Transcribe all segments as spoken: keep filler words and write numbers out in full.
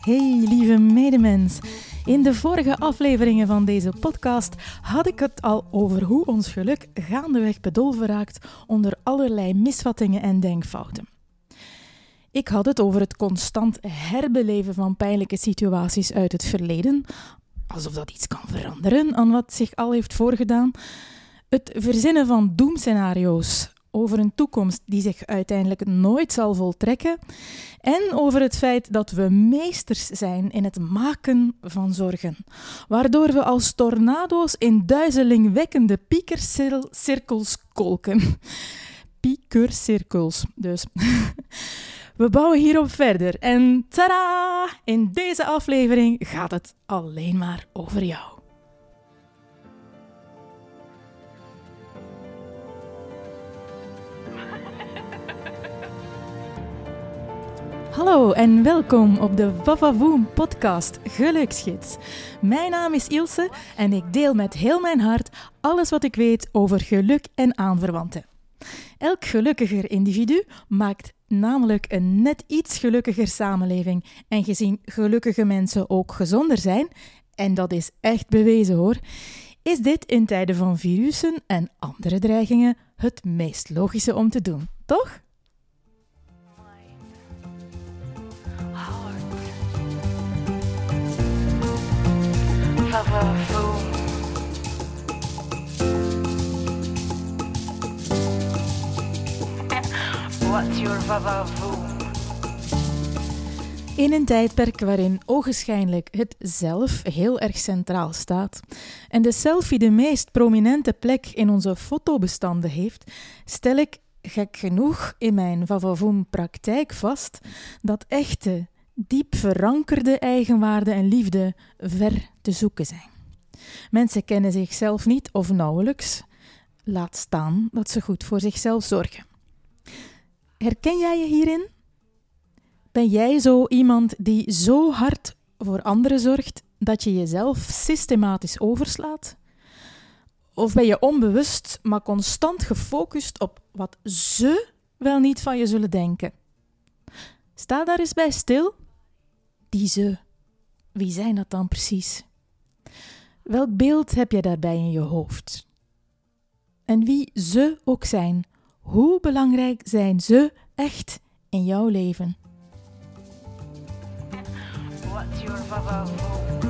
Hey lieve medemens, in de vorige afleveringen van deze podcast had ik het al over hoe ons geluk gaandeweg bedolven raakt onder allerlei misvattingen en denkfouten. Ik had het over het constant herbeleven van pijnlijke situaties uit het verleden, alsof dat iets kan veranderen aan wat zich al heeft voorgedaan. Het verzinnen van doemscenario's over een toekomst die zich uiteindelijk nooit zal voltrekken en over het feit dat we meesters zijn in het maken van zorgen, waardoor we als tornado's in duizelingwekkende piekercirkels kolken. Piekercirkels, dus. We bouwen hierop verder en tada! In deze aflevering gaat het alleen maar over jou. Hallo en welkom op de Vavavoom podcast Geluksgids. Mijn naam is Ilse en ik deel met heel mijn hart alles wat ik weet over geluk en aanverwanten. Elk gelukkiger individu maakt namelijk een net iets gelukkiger samenleving en gezien gelukkige mensen ook gezonder zijn, en dat is echt bewezen hoor, is dit in tijden van virussen en andere dreigingen het meest logische om te doen, toch? Vavavoom. What's your vavavoom? In een tijdperk waarin ogenschijnlijk het zelf heel erg centraal staat en de selfie de meest prominente plek in onze fotobestanden heeft, stel ik gek genoeg in mijn Vavavoom-praktijk vast dat echte, diep verankerde eigenwaarde en liefde ver te zoeken zijn. Mensen kennen zichzelf niet of nauwelijks, laat staan dat ze goed voor zichzelf zorgen. Herken jij je hierin? Ben jij zo iemand die zo hard voor anderen zorgt dat je jezelf systematisch overslaat? Of ben je onbewust, maar constant gefocust op wat ze wel niet van je zullen denken? Sta daar eens bij stil. Die ze. Wie zijn dat dan precies? Welk beeld heb je daarbij in je hoofd? En wie ze ook zijn, hoe belangrijk zijn ze echt in jouw leven? What's your vavavoom?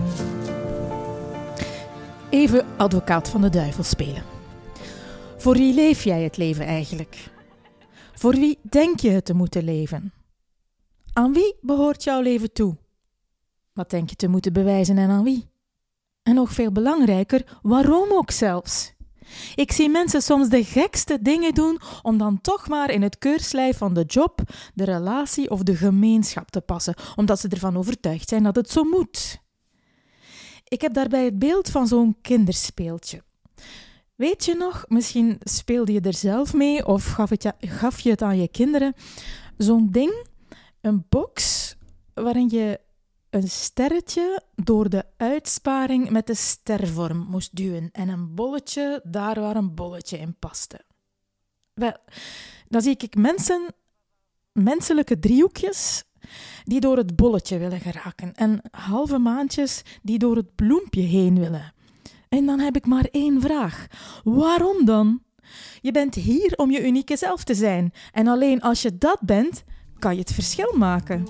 Even advocaat van de duivel spelen. Voor wie leef jij het leven eigenlijk? Voor wie denk je het te moeten leven? Aan wie behoort jouw leven toe? Wat denk je te moeten bewijzen en aan wie? En nog veel belangrijker, waarom ook zelfs? Ik zie mensen soms de gekste dingen doen om dan toch maar in het keurslijf van de job, de relatie of de gemeenschap te passen, omdat ze ervan overtuigd zijn dat het zo moet. Ik heb daarbij het beeld van zo'n kinderspeeltje. Weet je nog, misschien speelde je er zelf mee of gaf, het je, gaf je het aan je kinderen, zo'n ding, een box waarin je een sterretje door de uitsparing met de stervorm moest duwen en een bolletje daar waar een bolletje in paste. Wel, dan zie ik mensen, menselijke driehoekjes die door het bolletje willen geraken en halve maandjes die door het bloempje heen willen. En dan heb ik maar één vraag. Waarom dan? Je bent hier om je unieke zelf te zijn en alleen als je dat bent, kan je het verschil maken.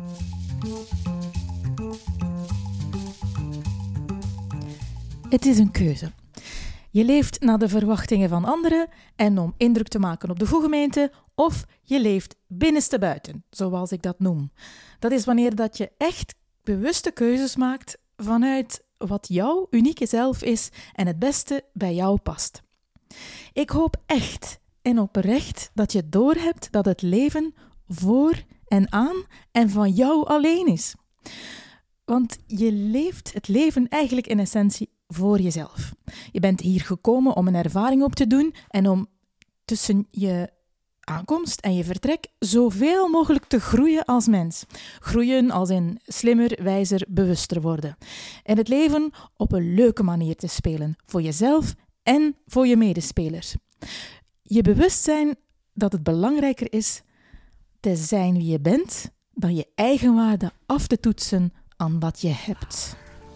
Het is een keuze. Je leeft naar de verwachtingen van anderen en om indruk te maken op de goede gemeente, of je leeft binnenstebuiten, zoals ik dat noem. Dat is wanneer dat je echt bewuste keuzes maakt vanuit wat jouw unieke zelf is en het beste bij jou past. Ik hoop echt en oprecht dat je doorhebt dat het leven voor en aan en van jou alleen is. Want je leeft het leven eigenlijk in essentie voor jezelf. Je bent hier gekomen om een ervaring op te doen en om tussen je aankomst en je vertrek zoveel mogelijk te groeien als mens. Groeien als in slimmer, wijzer, bewuster worden. En het leven op een leuke manier te spelen. Voor jezelf en voor je medespelers. Je bewust zijn dat het belangrijker is te zijn wie je bent dan je eigenwaarde af te toetsen aan wat je hebt.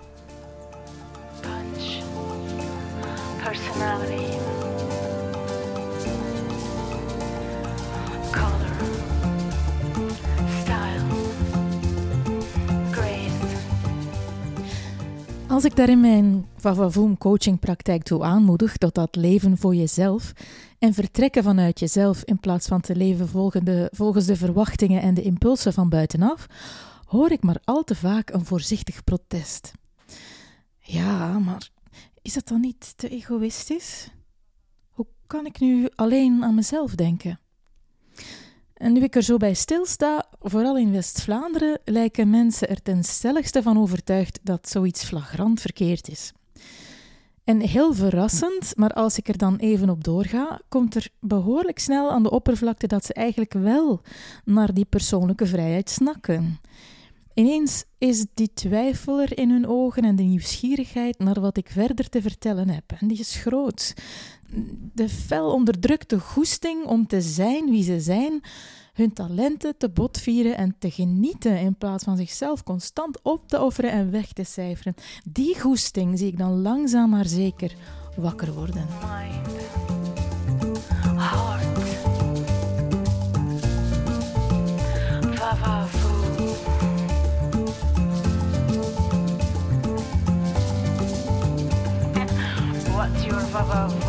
Punch. Personality. Color. Style. Grace. Als ik daar in mijn Vavavoom coachingpraktijk toe aanmoedig tot dat leven voor jezelf en vertrekken vanuit jezelf in plaats van te leven volgende, volgens de verwachtingen en de impulsen van buitenaf, hoor ik maar al te vaak een voorzichtig protest. Ja, maar is dat dan niet te egoïstisch? Hoe kan ik nu alleen aan mezelf denken? En nu ik er zo bij stilsta, vooral in West-Vlaanderen, lijken mensen er ten stelligste van overtuigd dat zoiets flagrant verkeerd is. En heel verrassend, maar als ik er dan even op doorga, komt er behoorlijk snel aan de oppervlakte dat ze eigenlijk wel naar die persoonlijke vrijheid snakken. Ineens is die twijfel er in hun ogen en de nieuwsgierigheid naar wat ik verder te vertellen heb. En die is groot. De fel onderdrukte goesting om te zijn wie ze zijn, hun talenten te botvieren en te genieten in plaats van zichzelf constant op te offeren en weg te cijferen. Die goesting zie ik dan langzaam maar zeker wakker worden. Mind. Heart. Vavavoom. What's your vavavoom?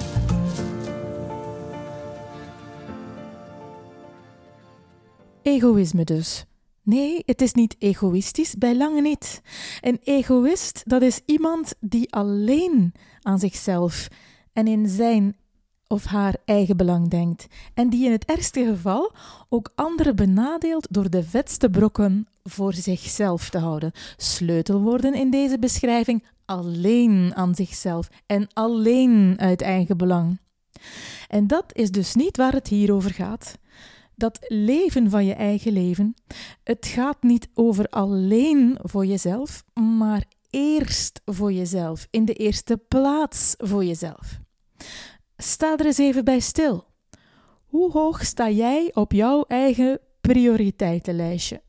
Egoïsme dus. Nee, het is niet egoïstisch, bij lange niet. Een egoïst, dat is iemand die alleen aan zichzelf en in zijn of haar eigen belang denkt. En die in het ergste geval ook anderen benadeelt door de vetste brokken voor zichzelf te houden. Sleutelwoorden in deze beschrijving: alleen aan zichzelf en alleen uit eigen belang. En dat is dus niet waar het hier over gaat. Dat leven van je eigen leven, het gaat niet over alleen voor jezelf, maar eerst voor jezelf, in de eerste plaats voor jezelf. Sta er eens even bij stil. Hoe hoog sta jij op jouw eigen prioriteitenlijstje?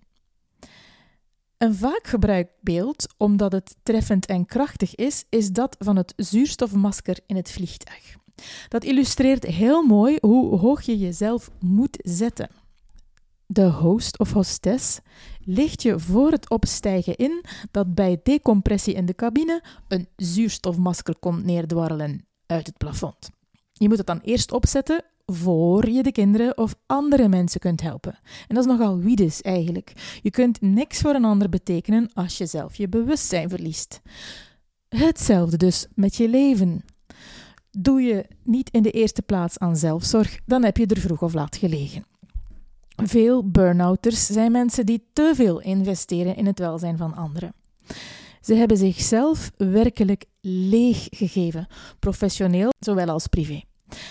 Een vaak gebruikt beeld, omdat het treffend en krachtig is, is dat van het zuurstofmasker in het vliegtuig. Dat illustreert heel mooi hoe hoog je jezelf moet zetten. De host of hostess licht je voor het opstijgen in dat bij decompressie in de cabine een zuurstofmasker komt neerdwarrelen uit het plafond. Je moet het dan eerst opzetten voor je de kinderen of andere mensen kunt helpen. En dat is nogal wiedes eigenlijk. Je kunt niks voor een ander betekenen als je zelf je bewustzijn verliest. Hetzelfde dus met je leven. Doe je niet in de eerste plaats aan zelfzorg, dan heb je er vroeg of laat gelegen. Veel burn-outers zijn mensen die te veel investeren in het welzijn van anderen. Ze hebben zichzelf werkelijk leeg gegeven, professioneel zowel als privé.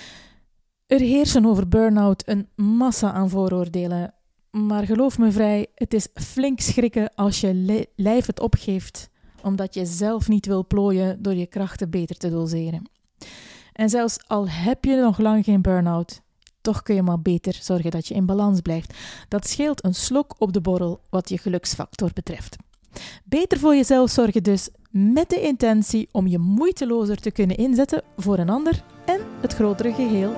Er heersen over burn-out een massa aan vooroordelen, maar geloof me vrij, het is flink schrikken als je li- lijf het opgeeft, omdat je zelf niet wil plooien door je krachten beter te doseren. En zelfs al heb je nog lang geen burn-out, toch kun je maar beter zorgen dat je in balans blijft. Dat scheelt een slok op de borrel wat je geluksfactor betreft. Beter voor jezelf zorgen dus met de intentie om je moeitelozer te kunnen inzetten voor een ander en het grotere geheel.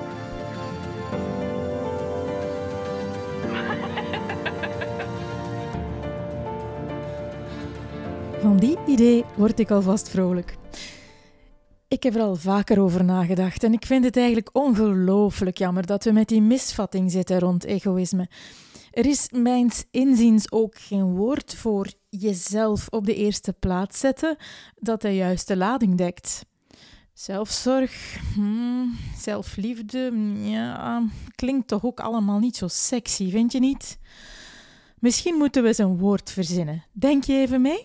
Van die idee word ik alvast vrolijk. Ik heb er al vaker over nagedacht en ik vind het eigenlijk ongelooflijk jammer dat we met die misvatting zitten rond egoïsme. Er is mijns inziens ook geen woord voor jezelf op de eerste plaats zetten dat de juiste lading dekt. Zelfzorg, hmm, zelfliefde, ja, klinkt toch ook allemaal niet zo sexy, vind je niet? Misschien moeten we eens een woord verzinnen. Denk je even mee?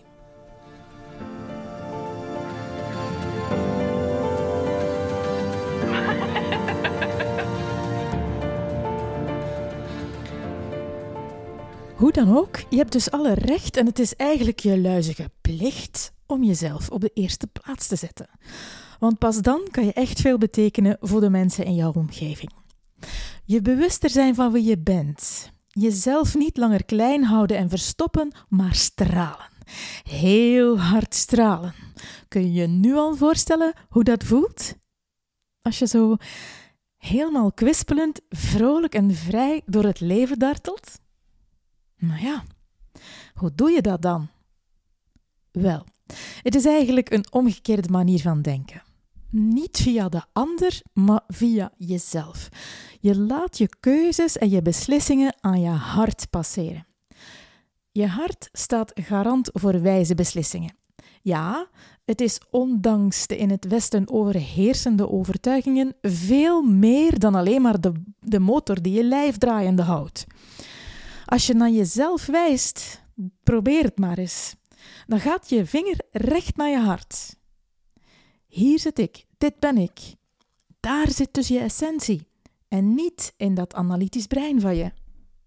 Hoe dan ook, je hebt dus alle recht en het is eigenlijk je luizige plicht om jezelf op de eerste plaats te zetten. Want pas dan kan je echt veel betekenen voor de mensen in jouw omgeving. Je bewuster zijn van wie je bent. Jezelf niet langer klein houden en verstoppen, maar stralen. Heel hard stralen. Kun je je nu al voorstellen hoe dat voelt? Als je zo helemaal kwispelend, vrolijk en vrij door het leven dartelt? Nou ja, hoe doe je dat dan? Wel, het is eigenlijk een omgekeerde manier van denken. Niet via de ander, maar via jezelf. Je laat je keuzes en je beslissingen aan je hart passeren. Je hart staat garant voor wijze beslissingen. Ja, het is ondanks de in het Westen overheersende overtuigingen veel meer dan alleen maar de, de motor die je lijf draaiende houdt. Als je naar jezelf wijst, probeer het maar eens. Dan gaat je vinger recht naar je hart. Hier zit ik, dit ben ik. Daar zit dus je essentie. En niet in dat analytisch brein van je.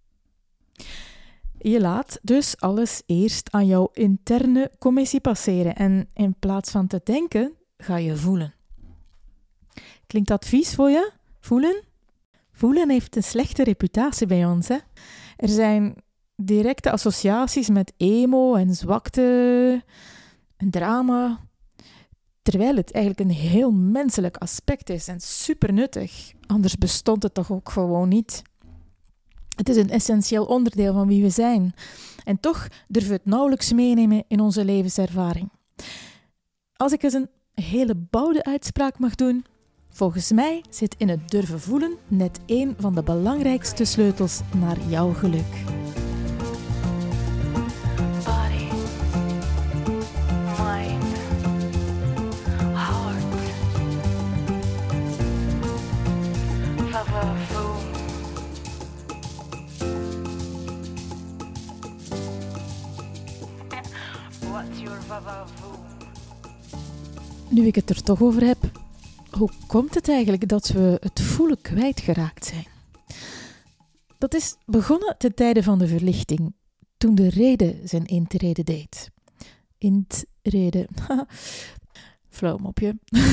Je laat dus alles eerst aan jouw interne commissie passeren. En in plaats van te denken, ga je voelen. Klinkt dat vies voor je? Voelen? Voelen heeft een slechte reputatie bij ons, hè? Er zijn directe associaties met emo en zwakte en drama, terwijl het eigenlijk een heel menselijk aspect is en super nuttig. Anders bestond het toch ook gewoon niet. Het is een essentieel onderdeel van wie we zijn. En toch durven we het nauwelijks meenemen in onze levenservaring. Als ik eens een hele boude uitspraak mag doen, volgens mij zit in het durven voelen net één van de belangrijkste sleutels naar jouw geluk. Body, mind, heart, vavavoom. What's your vavavoom? Nu ik het er toch over heb, hoe komt het eigenlijk dat we het voelen kwijtgeraakt zijn? Dat is begonnen ten tijde van de verlichting, toen de rede zijn intrede deed. Intrede. Flauw mopje.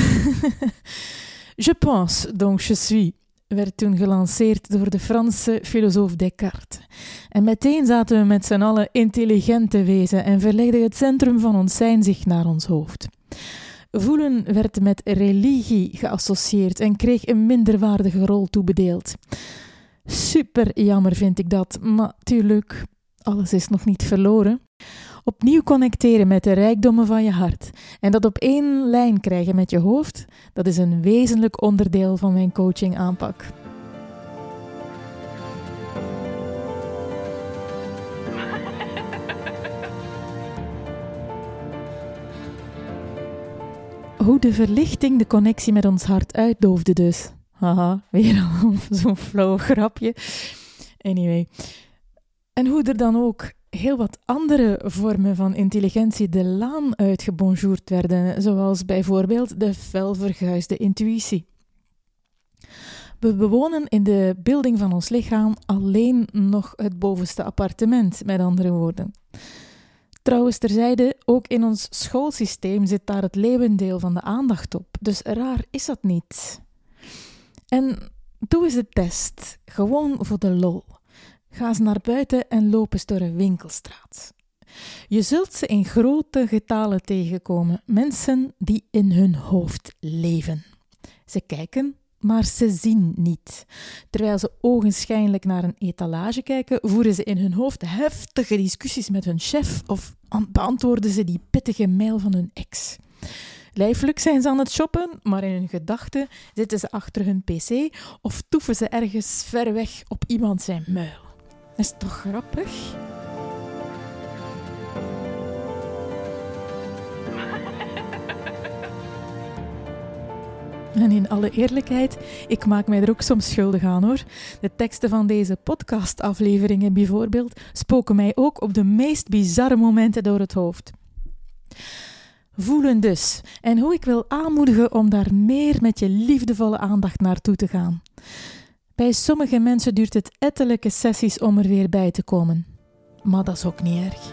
Je pense, donc je suis, werd toen gelanceerd door de Franse filosoof Descartes. En meteen zaten we met z'n allen intelligent te wezen en verlegde het centrum van ons zijn zich naar ons hoofd. Voelen werd met religie geassocieerd en kreeg een minderwaardige rol toebedeeld. Super jammer vind ik dat, maar tuurlijk, alles is nog niet verloren. Opnieuw connecteren met de rijkdommen van je hart en dat op één lijn krijgen met je hoofd, dat is een wezenlijk onderdeel van mijn coaching aanpak. Hoe de verlichting de connectie met ons hart uitdoofde dus. Haha, weer al zo'n flauw grapje. Anyway. En hoe er dan ook heel wat andere vormen van intelligentie de laan uitgebonjourd werden, zoals bijvoorbeeld de felverguisde intuïtie. We bewonen in de beelding van ons lichaam alleen nog het bovenste appartement, met andere woorden. Trouwens terzijde, ook in ons schoolsysteem zit daar het leeuwendeel van de aandacht op, dus raar is dat niet. En doe eens de test, gewoon voor de lol. Ga eens naar buiten en loop eens door een winkelstraat. Je zult ze in grote getalen tegenkomen, mensen die in hun hoofd leven. Ze kijken, maar ze zien niet. Terwijl ze ogenschijnlijk naar een etalage kijken, voeren ze in hun hoofd heftige discussies met hun chef of beantwoorden ze die pittige mail van hun ex. Lijfelijk zijn ze aan het shoppen, maar in hun gedachten zitten ze achter hun pc of toeven ze ergens ver weg op iemand zijn muil. Dat is toch grappig? En in alle eerlijkheid, ik maak mij er ook soms schuldig aan hoor. De teksten van deze podcastafleveringen bijvoorbeeld spoken mij ook op de meest bizarre momenten door het hoofd. Voelen dus. En hoe ik wil aanmoedigen om daar meer met je liefdevolle aandacht naartoe te gaan. Bij sommige mensen duurt het ettelijke sessies om er weer bij te komen. Maar dat is ook niet erg.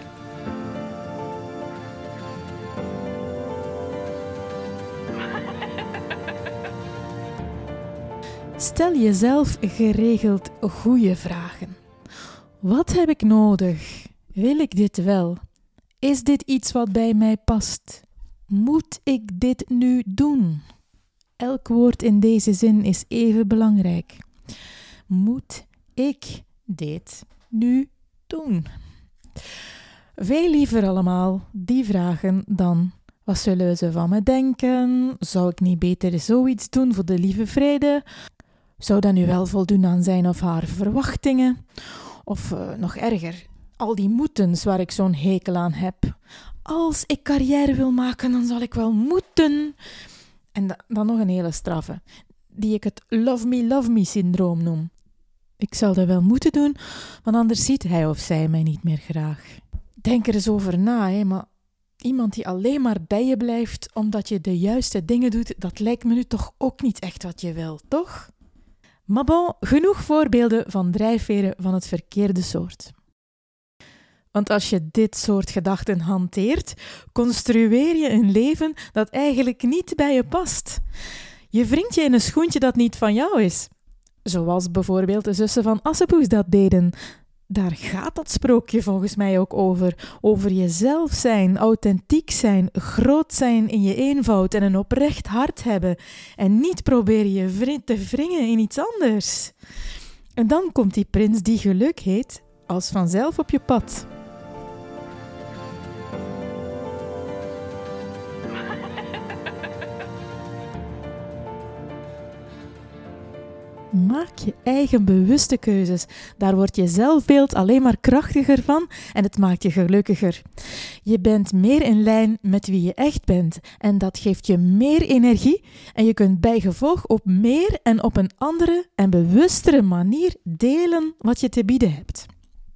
Stel jezelf geregeld goede vragen. Wat heb ik nodig? Wil ik dit wel? Is dit iets wat bij mij past? Moet ik dit nu doen? Elk woord in deze zin is even belangrijk. Moet ik dit nu doen? Veel liever allemaal die vragen dan: wat zullen ze van me denken? Zou ik niet beter zoiets doen voor de lieve vrede? Zou dat nu wel voldoen aan zijn of haar verwachtingen? Of uh, nog erger, al die moetens waar ik zo'n hekel aan heb. Als ik carrière wil maken, dan zal ik wel moeten. En da- dan nog een hele straffe, die ik het love me, love me syndroom noem. Ik zal dat wel moeten doen, want anders ziet hij of zij mij niet meer graag. Denk er eens over na, hè, maar iemand die alleen maar bij je blijft omdat je de juiste dingen doet, dat lijkt me nu toch ook niet echt wat je wil, toch? Maar bon, genoeg voorbeelden van drijfveren van het verkeerde soort. Want als je dit soort gedachten hanteert, construeer je een leven dat eigenlijk niet bij je past. Je wringt je in een schoentje dat niet van jou is. Zoals bijvoorbeeld de zussen van Assepoes dat deden. Daar gaat dat sprookje volgens mij ook over. Over jezelf zijn, authentiek zijn, groot zijn in je eenvoud en een oprecht hart hebben. En niet proberen je vriend te wringen in iets anders. En dan komt die prins die geluk heet als vanzelf op je pad. Maak je eigen bewuste keuzes. Daar wordt je zelfbeeld alleen maar krachtiger van en het maakt je gelukkiger. Je bent meer in lijn met wie je echt bent en dat geeft je meer energie en je kunt bijgevolg op meer en op een andere en bewustere manier delen wat je te bieden hebt.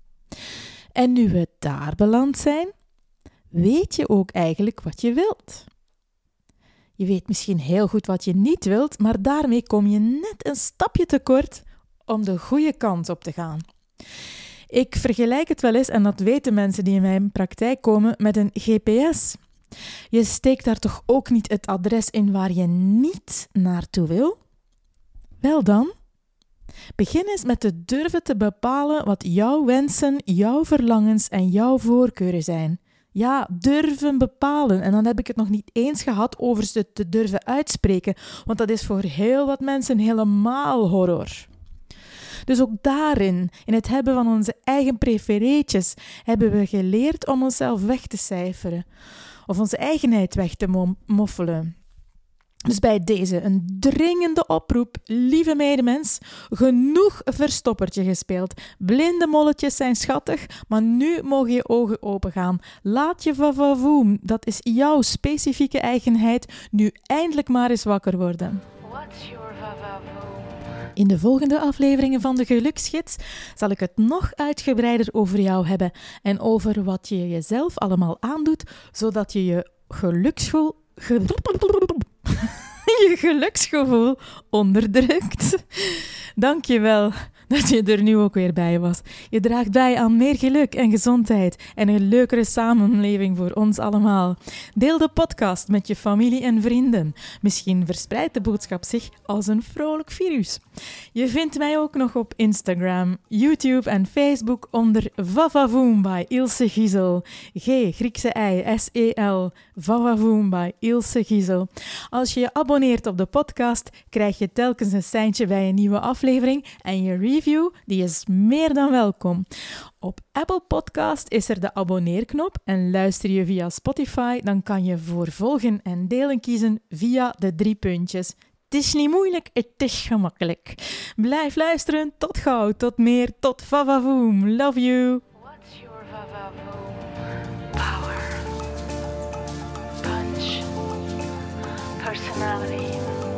En nu we daar beland zijn, weet je ook eigenlijk wat je wilt. Je weet misschien heel goed wat je niet wilt, maar daarmee kom je net een stapje te kort om de goede kant op te gaan. Ik vergelijk het wel eens, en dat weten mensen die in mijn praktijk komen, met een G P S. Je steekt daar toch ook niet het adres in waar je niet naartoe wil? Wel dan, begin eens met te durven te bepalen wat jouw wensen, jouw verlangens en jouw voorkeuren zijn. Ja, durven bepalen. En dan heb ik het nog niet eens gehad over ze te durven uitspreken, want dat is voor heel wat mensen helemaal horror. Dus ook daarin, in het hebben van onze eigen prefereetjes, hebben we geleerd om onszelf weg te cijferen. Of onze eigenheid weg te mo- moffelen. Dus bij deze een dringende oproep, lieve medemens, genoeg verstoppertje gespeeld. Blinde molletjes zijn schattig, maar nu mogen je ogen opengaan. Laat je vavavoom, dat is jouw specifieke eigenheid, nu eindelijk maar eens wakker worden. What's your vavavoom? In de volgende afleveringen van de Geluksgids zal ik het nog uitgebreider over jou hebben en over wat je jezelf allemaal aandoet, zodat je je geluksgevoel... Ge- je geluksgevoel onderdrukt. Dank je wel dat je er nu ook weer bij was. Je draagt bij aan meer geluk en gezondheid en een leukere samenleving voor ons allemaal. Deel de podcast met je familie en vrienden. Misschien verspreidt de boodschap zich als een vrolijk virus. Je vindt mij ook nog op Instagram, YouTube en Facebook onder Vavavoom by Ilse Giesel. G, Griekse I, S E L, Vavavoom by Ilse Giesel. Als je je abonneert op de podcast, krijg je telkens een seintje bij een nieuwe aflevering en je review, die is meer dan welkom. Op Apple Podcast is er de abonneerknop en luister je via Spotify, dan kan je voor volgen en delen kiezen via de drie puntjes. Het is niet moeilijk, het is gemakkelijk. Blijf luisteren, tot gauw, tot meer, tot vavavoom. Love you. What's your vavavoom? Power, punch, personality,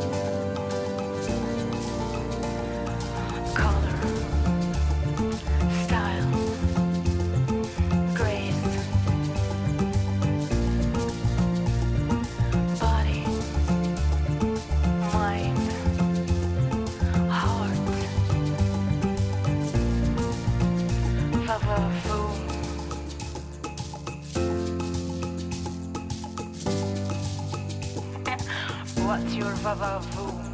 color, style, grace, body, mind, heart, vavavoom. What's your vavavoom?